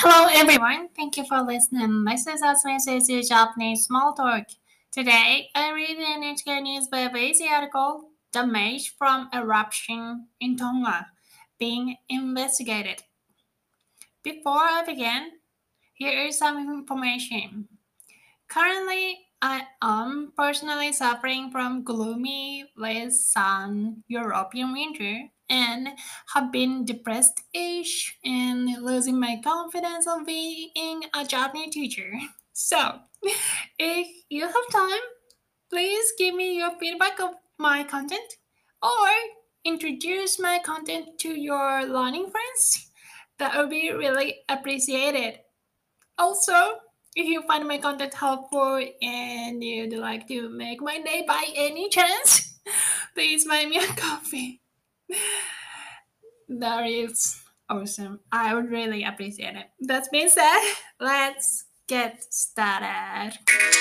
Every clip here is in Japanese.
Hello everyone, thank you for listening. This is Asmi Japanese Small Talk. Today, I read an NHK News BBC article, Damage from Eruption in Tonga, being investigated. Before I begin, here is some information. Currently, I am personally suffering from gloomy with sun European winter and have been depressed-ish and losing my confidence of being a Japanese teacher. So, if you have time, please give me your feedback of my content or introduce my content to your learning friends. That would be really appreciated. Also, if you find my content helpful and you'd like to make my day by any chance, please buy me a coffee. That is awesome. I would really appreciate it. That being said, let's get started.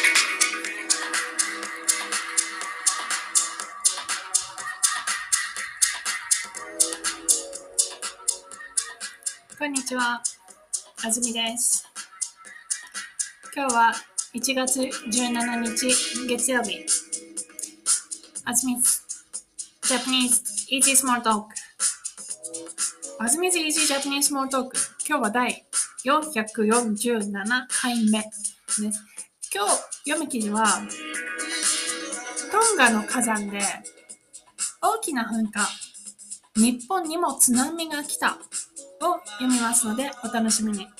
Konnichiwa, Azumiです。今日は1月17日月曜日。Azumi's Japanese Easy Small Talk。Azumi's Easy Japanese Small Talk。今日は第447回目です。今日読む記事は、トンガの火山で大きな噴火、日本にも津波が来たを読みますのでお楽しみに。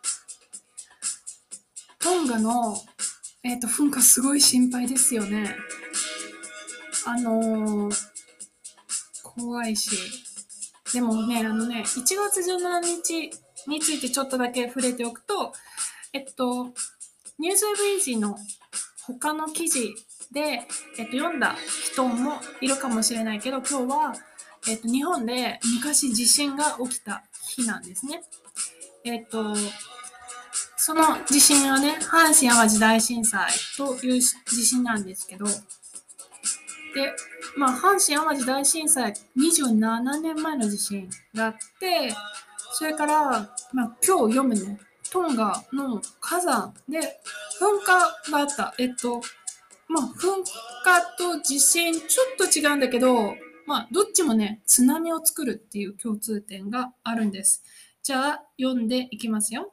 トンガの、噴火すごい心配ですよね。怖いし。でもね、1月17日についてちょっとだけ触れておくと、ニュースウェブイージーの他の記事で、読んだ人もいるかもしれないけど、今日は、日本で昔地震が起きた日なんですね。その地震はね、阪神淡路大震災という地震なんですけど、で、阪神淡路大震災27年前の地震があって、それから、今日読むね、トンガの火山で噴火があった。噴火と地震ちょっと違うんだけど、どっちもね、津波を作るっていう共通点があるんです。じゃあ、読んでいきますよ。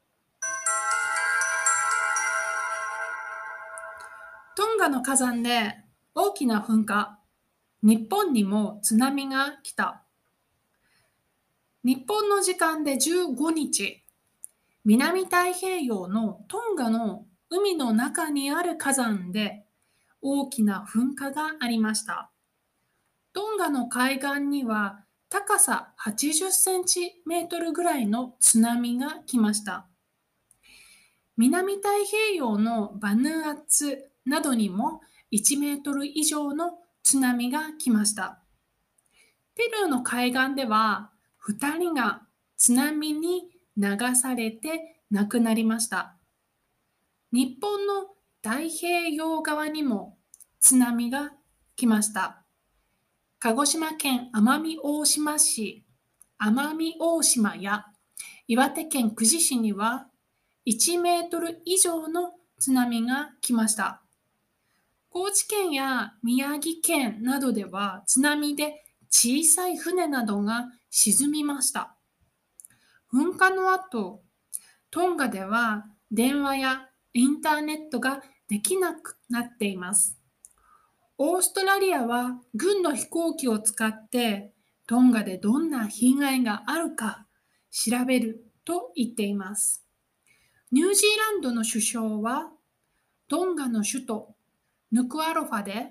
トンガの火山で大きな噴火。日本にも津波が来た。日本の時間で15日、南太平洋のトンガの海の中にある火山で大きな噴火がありました。トンガの海岸には高さ80センチメートルぐらいの津波が来ました。南太平洋のバヌアツなどにも1メートル以上の津波が来ました。ペルーの海岸では2人が津波に流されて亡くなりました。日本の太平洋側にも津波が来ました。鹿児島県奄美大島市、奄美大島や岩手県久慈市には1メートル以上の津波が来ました。高知県や宮城県などでは津波で小さい船などが沈みました。噴火の後、トンガでは電話やインターネットができなくなっています。オーストラリアは軍の飛行機を使ってトンガでどんな被害があるか調べると言っています。ニュージーランドの首相はトンガの首都ヌクアロファで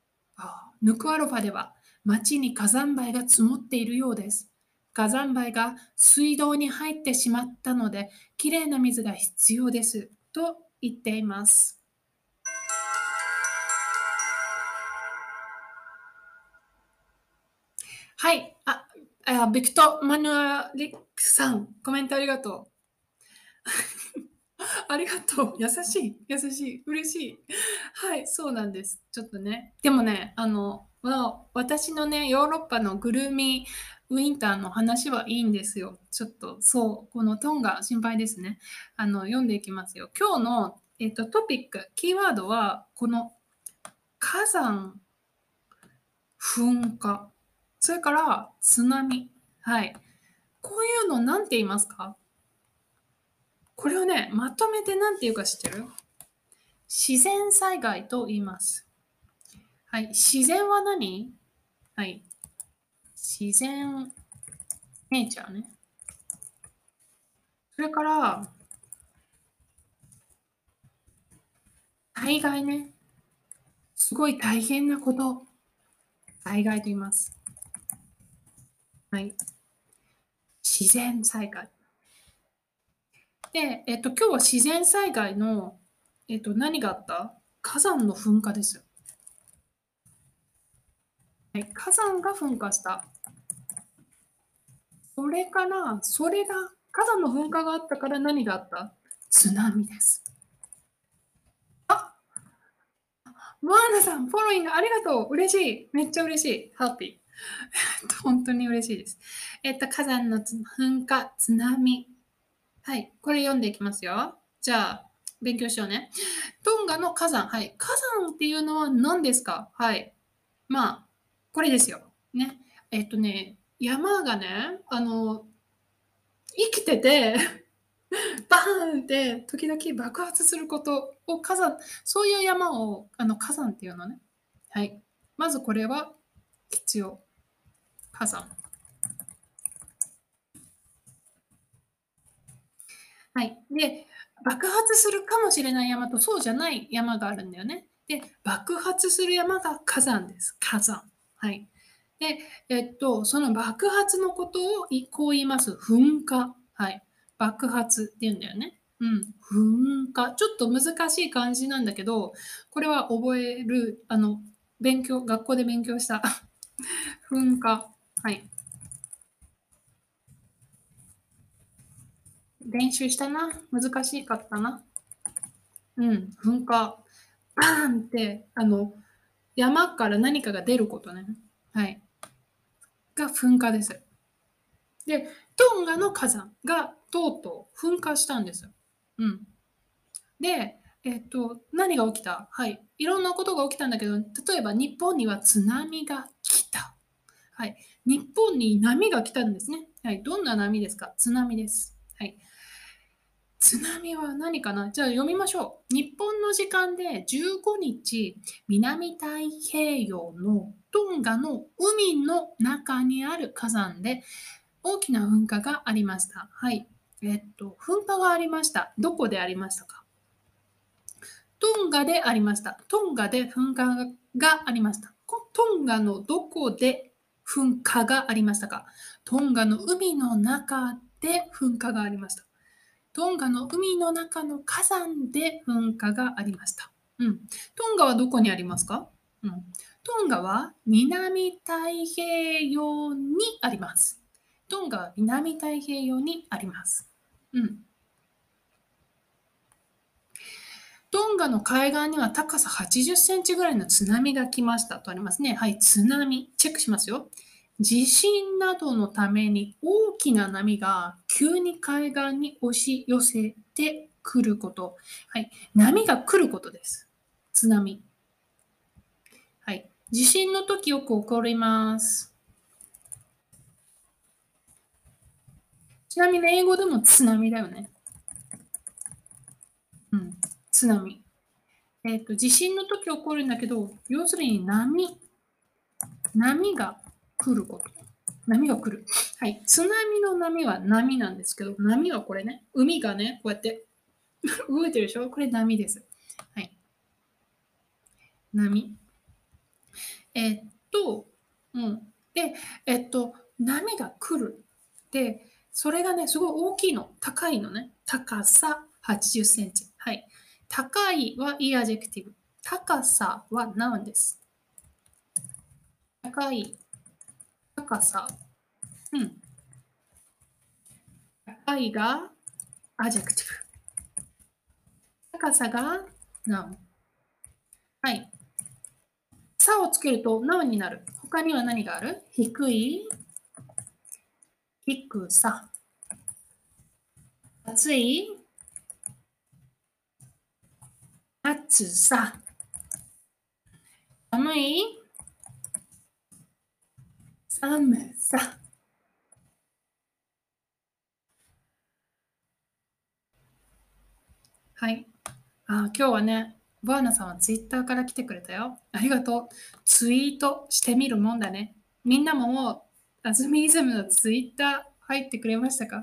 は町に火山灰が積もっているようです。火山灰が水道に入ってしまったので、きれいな水が必要ですと言っています。はい。ビクト・マヌアリックさん、コメントありがとう。ありがとう。優しい。嬉しい。はい、そうなんです。ちょっとね。でもね、私のね、ヨーロッパのグルーミーウィンターの話はいいんですよ。ちょっと、そう、このトンガ心配ですね。読んでいきますよ。今日の、トピック、キーワードは、この火山、噴火、それから津波。はい。こういうのなんて言いますか？これをね、まとめてなんて言うか知ってる？自然災害と言います。はい。自然は何？はい。自然、ネイチャーね。それから、災害ね。すごい大変なこと。災害と言います。はい。自然災害。で、今日は自然災害の、何があった？火山の噴火ですよ。はい。火山が噴火した。それから、それが、火山の噴火があったから何があった？津波です。あ、モアナさん、フォローイングありがとう。嬉しい。めっちゃ嬉しい。ハッピー。本当に嬉しいです。火山の噴火、津波。はい。これ読んでいきますよ。じゃあ、勉強しようね。トンガの火山。はい。火山っていうのは何ですか？はい。まあ、これですよ。ね。山がね、生きててバーンって時々爆発することを火山、そういう山を火山っていうのね。はい。まずこれは必要。火山。はい。で、爆発するかもしれない山とそうじゃない山があるんだよね。で、爆発する山が火山です。火山。はい。で、その爆発のことをこう言います。噴火。はい。爆発って言うんだよね。うん。噴火。ちょっと難しい漢字なんだけど、これは覚える、学校で勉強した噴火。はい。練習したな。難しかったな。うん。噴火。バーンって、山から何かが出ることね。はい。が噴火です。で、トンガの火山がとうとう噴火したんです。うん。で、何が起きた？はい。いろんなことが起きたんだけど、例えば日本には津波が来た。はい。日本に波が来たんですね。はい。どんな波ですか？津波です。はい。津波は何かな？じゃあ読みましょう。日本の時間で15日、南太平洋のトンガの海の中にある火山で大きな噴火がありました。はい。噴火がありました。どこでありましたか？トンガでありました。トンガで噴火がありました。トンガのどこで噴火がありましたか？トンガの海の中で噴火がありました。トンガの海の中の火山で噴火がありました。うん。トンガはどこにありますか？うん。トンガは南太平洋にあります。トンガは南太平洋にあります。うん。トンガの海岸には高さ80センチぐらいの津波が来ましたとありますね。はい、津波。チェックしますよ。地震などのために大きな波が急に海岸に押し寄せてくること。はい、波が来ることです。津波。はい、地震の時よく起こります。ちなみに英語でも津波だよね。うん、津波。地震の時起こるんだけど、要するに波が来ること。波が来る。はい。津波の波は波なんですけど、波はこれね、海がね、こうやって動いてるでしょ？これ波です。はい。波。えっと、うん。で、波が来る。で、それがね、すごい大きいの。高いのね。高さ80センチ。はい。高いはいいアジェクティブ。高さはナウンです。高い、高さ。うん。高いがアジェクティブ。高さがナウン。はい。さをつけるとナウンになる。他には何がある？低い、 低さ、暑い、暑さ、寒い、寒さ。はい。今日はね、バーナさんはツイッターから来てくれたよ。ありがとう。ツイートしてみるもんだね。みんなももう、アズミイズムのツイッター入ってくれましたか？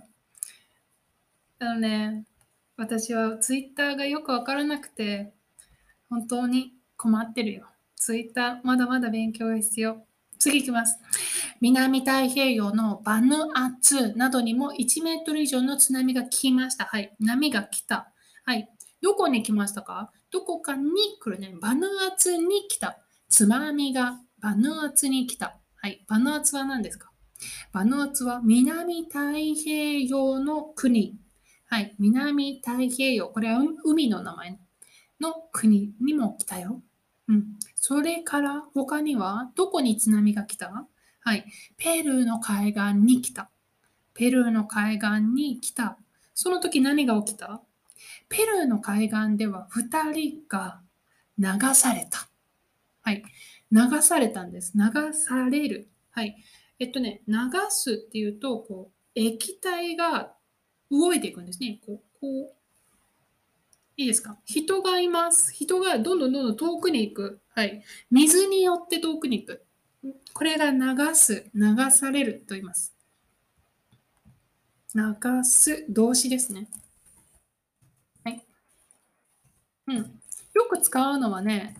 ね、私はツイッターがよくわからなくて、本当に困ってるよ。ツイッター、まだまだ勉強が必要。次行きます。南太平洋のバヌアツなどにも1メートル以上の津波が来ました。はい。波が来た。はい。どこに来ましたか？どこかに来るね。バヌアツに来た。津波がバヌアツに来た。はい。バヌアツは何ですか？バヌアツは南太平洋の国。はい。南太平洋。これは海の名前の国にも来たよ。うん。それから他にはどこに津波が来た？はい。ペルーの海岸に来た。ペルーの海岸に来た。その時何が起きた？ペルーの海岸では2人が流された。はい。流されたんです。流される。はい。流すっていうと、こう、液体が動いていくんですね。こういいですか？人がいます。人がどんどんどんどん遠くに行く。はい。水によって遠くに行く。これが流す、流されると言います。流す、動詞ですね。はい。うん。よく使うのはね、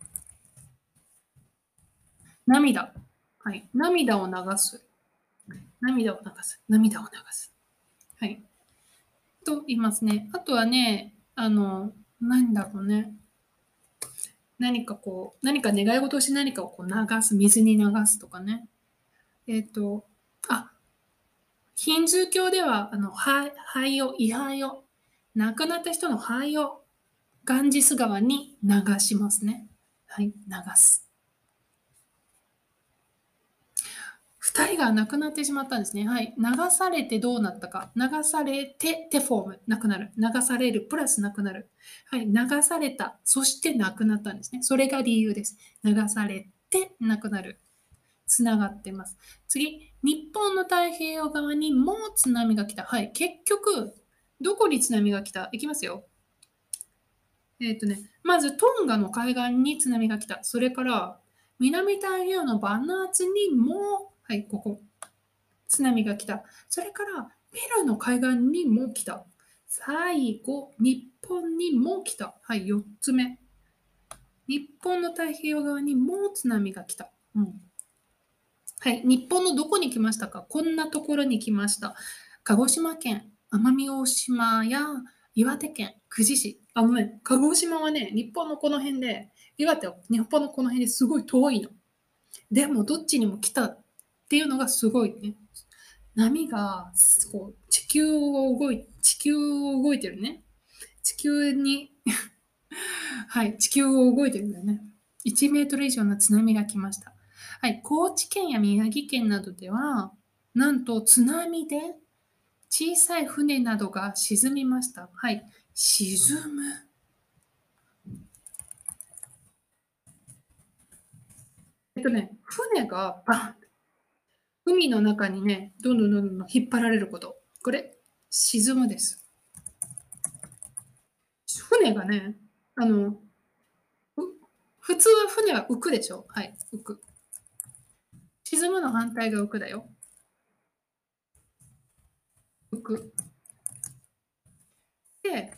涙。はい。涙を流す。涙を流す。涙を流す。はい。と言いますね。あとはね、何だろうね。何か願い事をし何かをこう流す、水に流すとかね。あ、ヒンズー教では、灰を、位牌を、亡くなった人の灰をガンジス川に流しますね。はい、流す。二人が亡くなってしまったんですね。はい。流されてどうなったか。流されて、テフォーム、なくなる。流される、プラスなくなる。はい。流された。そして亡くなったんですね。それが理由です。流されて、亡くなる。つながってます。次、日本の太平洋側にも津波が来た。はい。結局、どこに津波が来た？いきますよ。まずトンガの海岸に津波が来た。それから、南太平洋のバナーツにも、はい、ここ、津波が来た。それから、ペルーの海岸にも来た。最後、日本にも来た。はい、4つ目。日本の太平洋側にも津波が来た。うん。はい、日本のどこに来ましたか？こんなところに来ました。鹿児島県、奄美大島や岩手県、久慈市。鹿児島はね、日本のこの辺で、岩手は日本のこの辺ですごい遠いの。でも、どっちにも来たっていうのがすごいね。波がこう地球を動いてるね。地球にはい、地球を動いてるんだよね。1メートル以上の津波が来ました。はい、高知県や宮城県などでは、なんと津波で小さい船などが沈みました。はい、沈む。船がバン、海の中にね、どんどんどんどん引っ張られること。これ、沈むです。船がね、あの、普通は船は浮くでしょ？はい、浮く。沈むの反対が浮くだよ。浮く。で、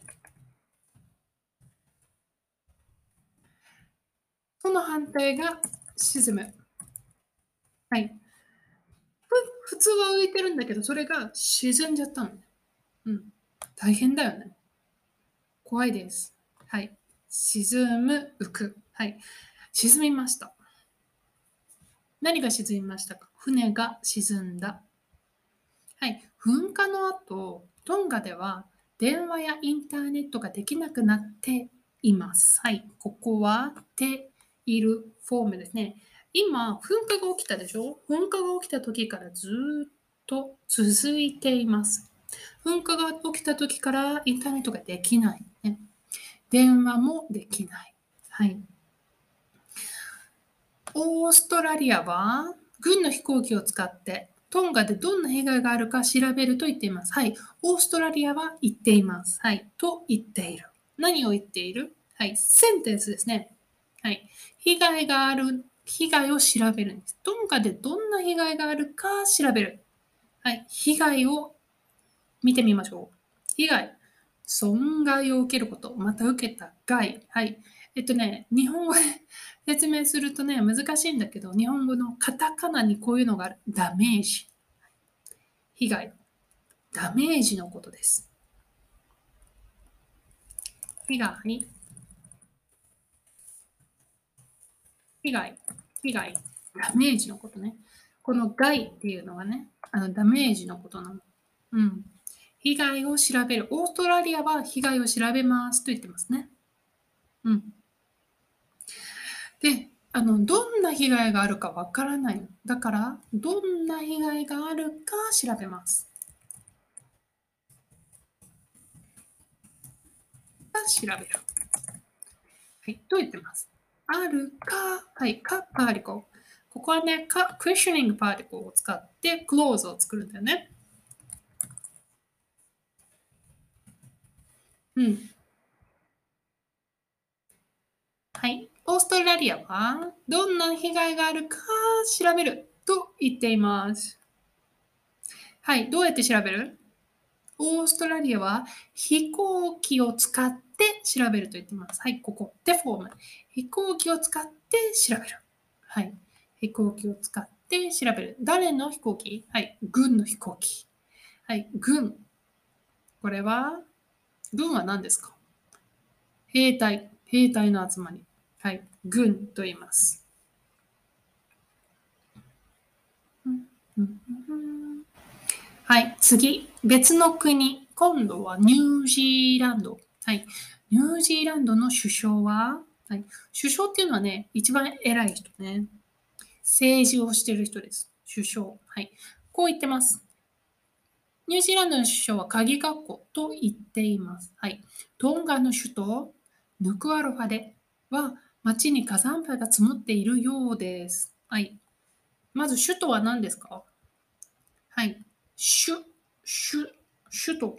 その反対が沈む。はい。普通は浮いてるんだけど、それが沈んじゃったの。うん。大変だよね。怖いです。はい。沈む、浮く。はい。沈みました。何が沈みましたか？船が沈んだ。はい。噴火の後、トンガでは電話やインターネットができなくなっています。はい。ここは、ているフォームですね。今、噴火が起きたでしょ？噴火が起きた時からずっと続いています。噴火が起きた時からインターネットができない、ね。電話もできない。はい。オーストラリアは軍の飛行機を使ってトンガでどんな被害があるか調べると言っています。はい。オーストラリアは言っています。はい。と言っている。何を言っている？はい。センテンスですね。はい。被害がある、被害を調べるんです。トンガでどんな被害があるか調べる。はい。被害を見てみましょう。被害。損害を受けること、また受けた害。はい。日本語で説明するとね、難しいんだけど、日本語のカタカナにこういうのがある。ダメージ。被害。ダメージのことです。被害。被害。被害。ダメージのことね。この害っていうのはね、ダメージのことなの。うん。被害を調べる。オーストラリアは被害を調べますと言ってますね。うん。で、どんな被害があるかわからない。だから、どんな被害があるか調べます。調べる。はい、と言ってます。あるか、はい、か、パーティコ。ここはね、か、クエスチョニングパーティコを使って、クローズを作るんだよね。うん。はい。オーストラリアは、どんな被害があるか調べると言っています。はい。どうやって調べる？オーストラリアは飛行機を使って調べると言っています。はい、ここ。デフォーム。飛行機を使って調べる。はい。飛行機を使って調べる。誰の飛行機？はい。軍の飛行機。はい。軍。これは、軍は何ですか？兵隊。兵隊の集まり。はい。軍と言います。はい。次。別の国。今度はニュージーランド。はい。ニュージーランドの首相は、はい。首相っていうのはね、一番偉い人ね。政治をしている人です。首相。はい。こう言ってます。ニュージーランドの首相は鍵括弧と言っています。はい。トンガの首都、ヌクアロファレは町に火山灰が積もっているようです。はい。まず首都は何ですか？はい。首都、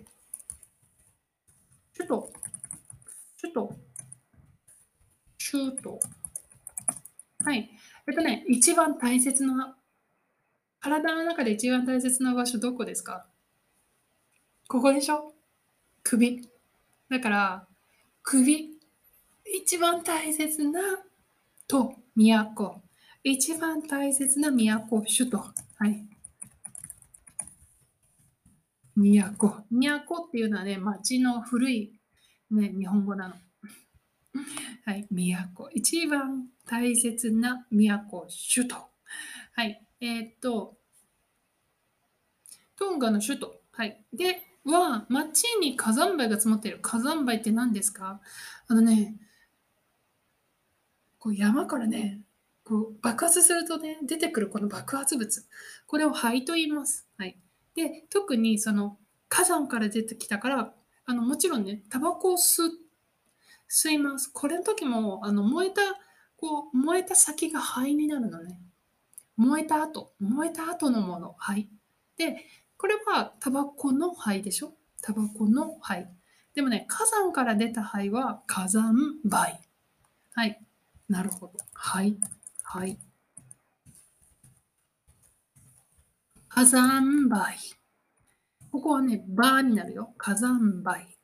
首都、首都、首都。はい。一番大切な、体の中で一番大切な場所どこですか？ここでしょ？首。だから、首。一番大切な都。一番大切な都、首都。はい。都っていうのはね、町の古い、ね、日本語なの。はい。都。一番大切な都、首都。はい。トンガの首都。はい。で、町に火山灰が積もっている。火山灰って何ですか？あのね、こう山からね、こう爆発するとね、出てくるこの爆発物。これを灰と言います。はい。で、特にその火山から出てきたから、もちろんね、タバコを吸います。これの時も、燃えた先が灰になるのね。燃えた後のもの、灰。で、これはタバコの灰でしょ？タバコの灰。でもね、火山から出た灰は火山灰。はい。なるほど。灰。灰。火山灰。ここはね、バーになるよ。火山灰。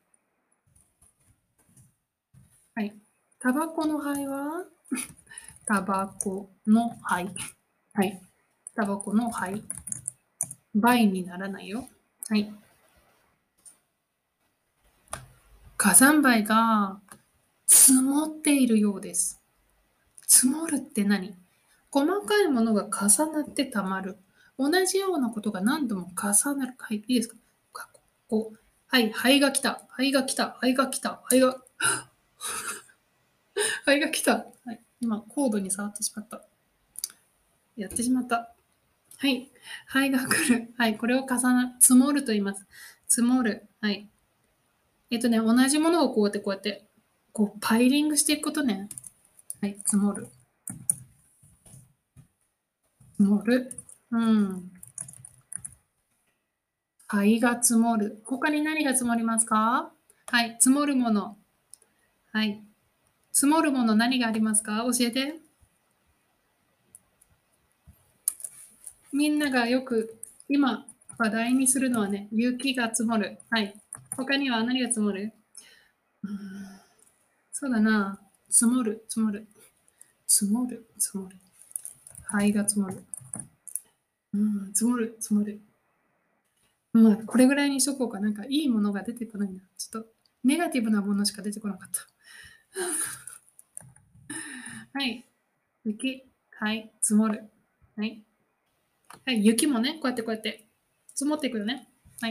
はい。タバコの灰はタバコの灰。はい。タバコの灰。灰にならないよ。はい。火山灰が積もっているようです。積もるって何？細かいものが重なってたまる。同じようなことが何度も重なる。はい、いいですか？こう。はい、灰が来た。灰が来た。灰が来た。灰が来た。はい、今、コードに触ってしまった。やってしまった。 はい。はいが来る。はい。これを積もると言います。積もる。はい。同じものをこうやって、パイリングしていくことね。はい。積もる。積もる。うん。灰が積もる。他に何が積もりますか？はい。積もるもの。はい。積もるもの何がありますか？教えて。みんながよく今話題にするのはね、雪が積もる。はい。他には何が積もる？そうだな。積もる、積もる。積もる、積もる。灰が積もる。うん、積もる、積もる。まあ、これぐらいにしとこうか。なんかいいものが出てこないな。ちょっとネガティブなものしか出てこなかった。はい。雪。はい。積もる。はい。はい。雪もね、こうやって積もっていくよね。はい。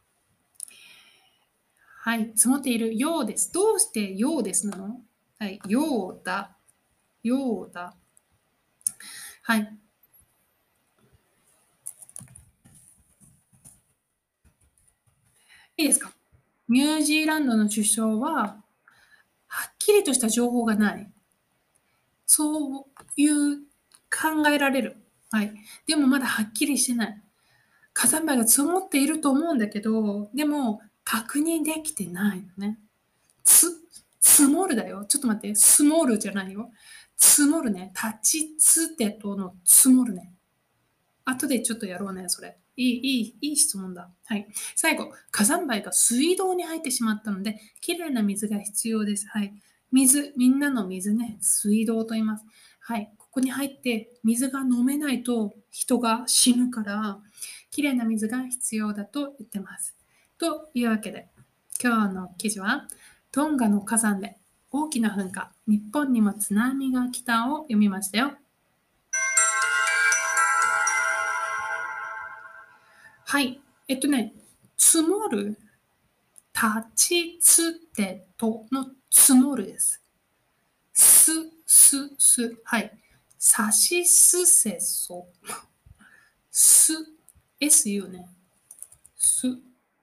はい。積もっているようです。どうしてようですなの？はい。ようだ。ようだ。はい。いいですか？ニュージーランドの首相は、はっきりとした情報がない。そういう考えられる。はい。でもまだはっきりしてない。火山灰が積もっていると思うんだけど、でも確認できてないのね。積もるだよ。ちょっと待って。スモールじゃないよ。積もるね。立ちつてとの積もるね。後でちょっとやろうね、それ。いい質問だ。はい。最後、火山灰が水道に入ってしまったので、きれいな水が必要です。はい。水、みんなの水ね、水道と言います。はい。ここに入って水が飲めないと人が死ぬから、きれいな水が必要だと言ってます。というわけで、今日の記事は、トンガの火山で大きな噴火、日本にも津波が来たを読みましたよ。はい。積もる、立ちつてとの積もるです。す。はい。さしすせそ。す、su ね。す、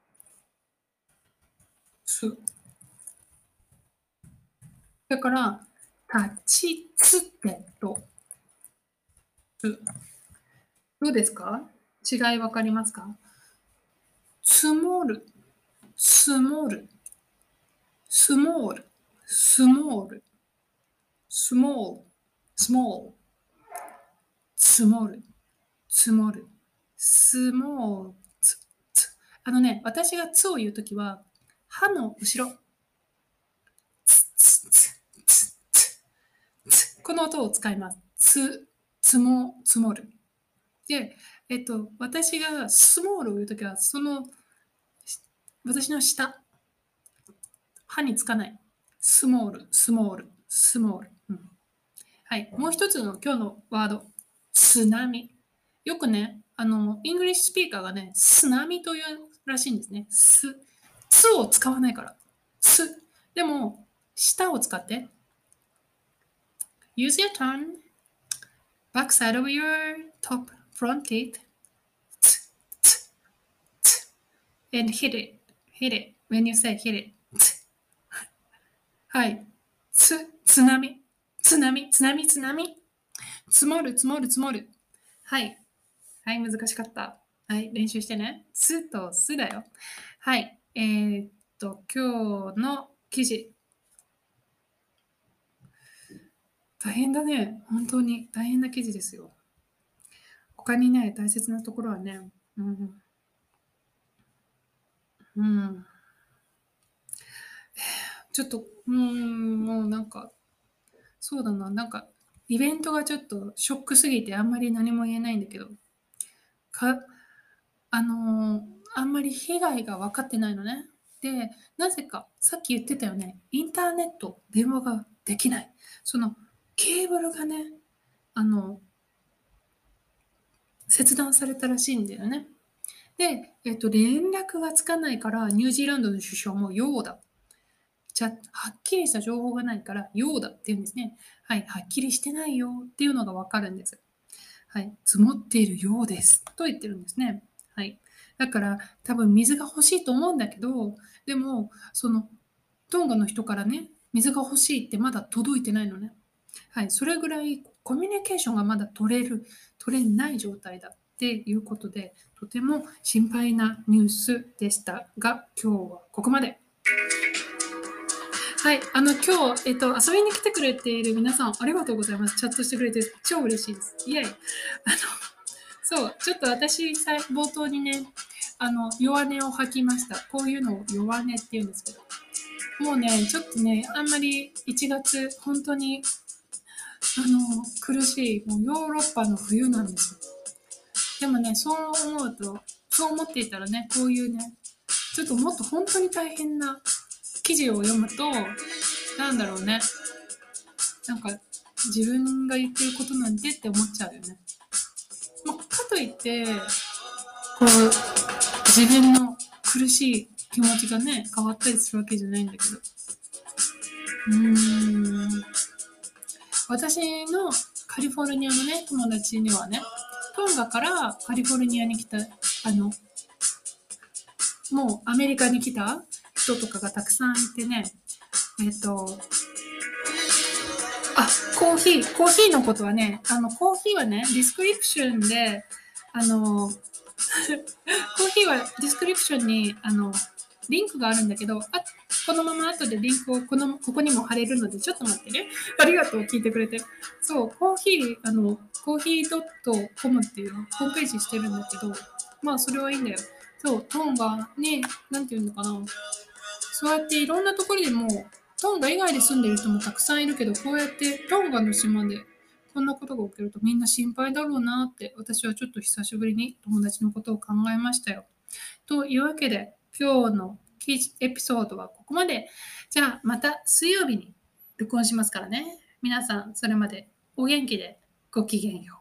す。だから、立ちつてとす。どうですか？違いわかりますか？積もる、積もる、スモール、スモール、スモール、スモール、積もる。積もる。スモーツ、ツ。私がつを言うときは、歯の後ろ、ツ、ツ、ツ、ツ、ツ、ツ。この音を使います。積もる。で、私がスモールを言うときは、私の下、歯につかない。スモール、スモール、スモール。うん、はい。もう一つの今日のワード、津波。よくね、イングリッシュスピーカーがね、津波というらしいんですね。つを使わないから。つ。でも、舌を使って。Use your tongue, back side of your top front teeth, つ、つ、つ and hit it. Hit it. When you say hit it. つ。はい。津波。津波。積もる、積もる、積もる。はい。はい、難しかった。はい、練習してね。すとすだよ。はい。今日の記事。大変だね。本当に大変な記事ですよ。他にね、大切なところはね、うん、うん、ちょっと、もうなんか、そうだな、なんか、イベントがちょっとショックすぎてあんまり何も言えないんだけど、か、あんまり被害が分かってないのね。で、なぜか、さっき言ってたよね、インターネット、電話ができない。そのケーブルがね、あの、切断されたらしいんだよね。で、連絡がつかないから、ニュージーランドの首相も用だ。はっきりした情報がないから、用だって言うんですね。はい、はっきりしてないよっていうのがわかるんです。 はい、積もっているようですと言ってるんですね。はい。だから多分水が欲しいと思うんだけど、でもそのトンガの人からね、水が欲しいってまだ届いてないのね。はい、それぐらいコミュニケーションがまだ取れない状態だっていうことで、とても心配なニュースでしたが、今日はここまで。はい、今日、遊びに来てくれている皆さん、ありがとうございます。チャットしてくれて超嬉しいです。イエイ。そう、ちょっと私、冒頭にね、弱音を吐きました。こういうのを弱音って言うんですけど。もうね、ちょっとね、あんまり1月、本当に、苦しい、もうヨーロッパの冬なんですよ。でもね、そう思っていたらね、こういうね、ちょっともっと本当に大変な記事を読むと、なんだろうね、なんか自分が言ってることなんてって思っちゃうよね。まあ、かといって、こう、自分の苦しい気持ちがね、変わったりするわけじゃないんだけど。私のカリフォルニアのね、友達にはね、トンガからカリフォルニアに来た、もうアメリカに来た人とかがたくさんいてね、えっと、あ、コーヒーのことはね、コーヒーはね、ディスクリプションで、コーヒーはディスクリプションに、リンクがあるんだけど、このまま後でリンクをここにも貼れるので、ちょっと待ってね。ありがとう、聞いてくれて。そう、コーヒー .com っていうの、ホームページしてるんだけど、まあ、それはいいんだよ。そう、トンガね、なんていうのかな。そうやっていろんなところでも、トンガ以外で住んでる人もたくさんいるけど、こうやってトンガの島でこんなことが起きるとみんな心配だろうなって、私はちょっと久しぶりに友達のことを考えましたよ。というわけで、今日のエピソードはここまで。じゃあ、また水曜日に録音しますからね。皆さん、それまでお元気でごきげんよう。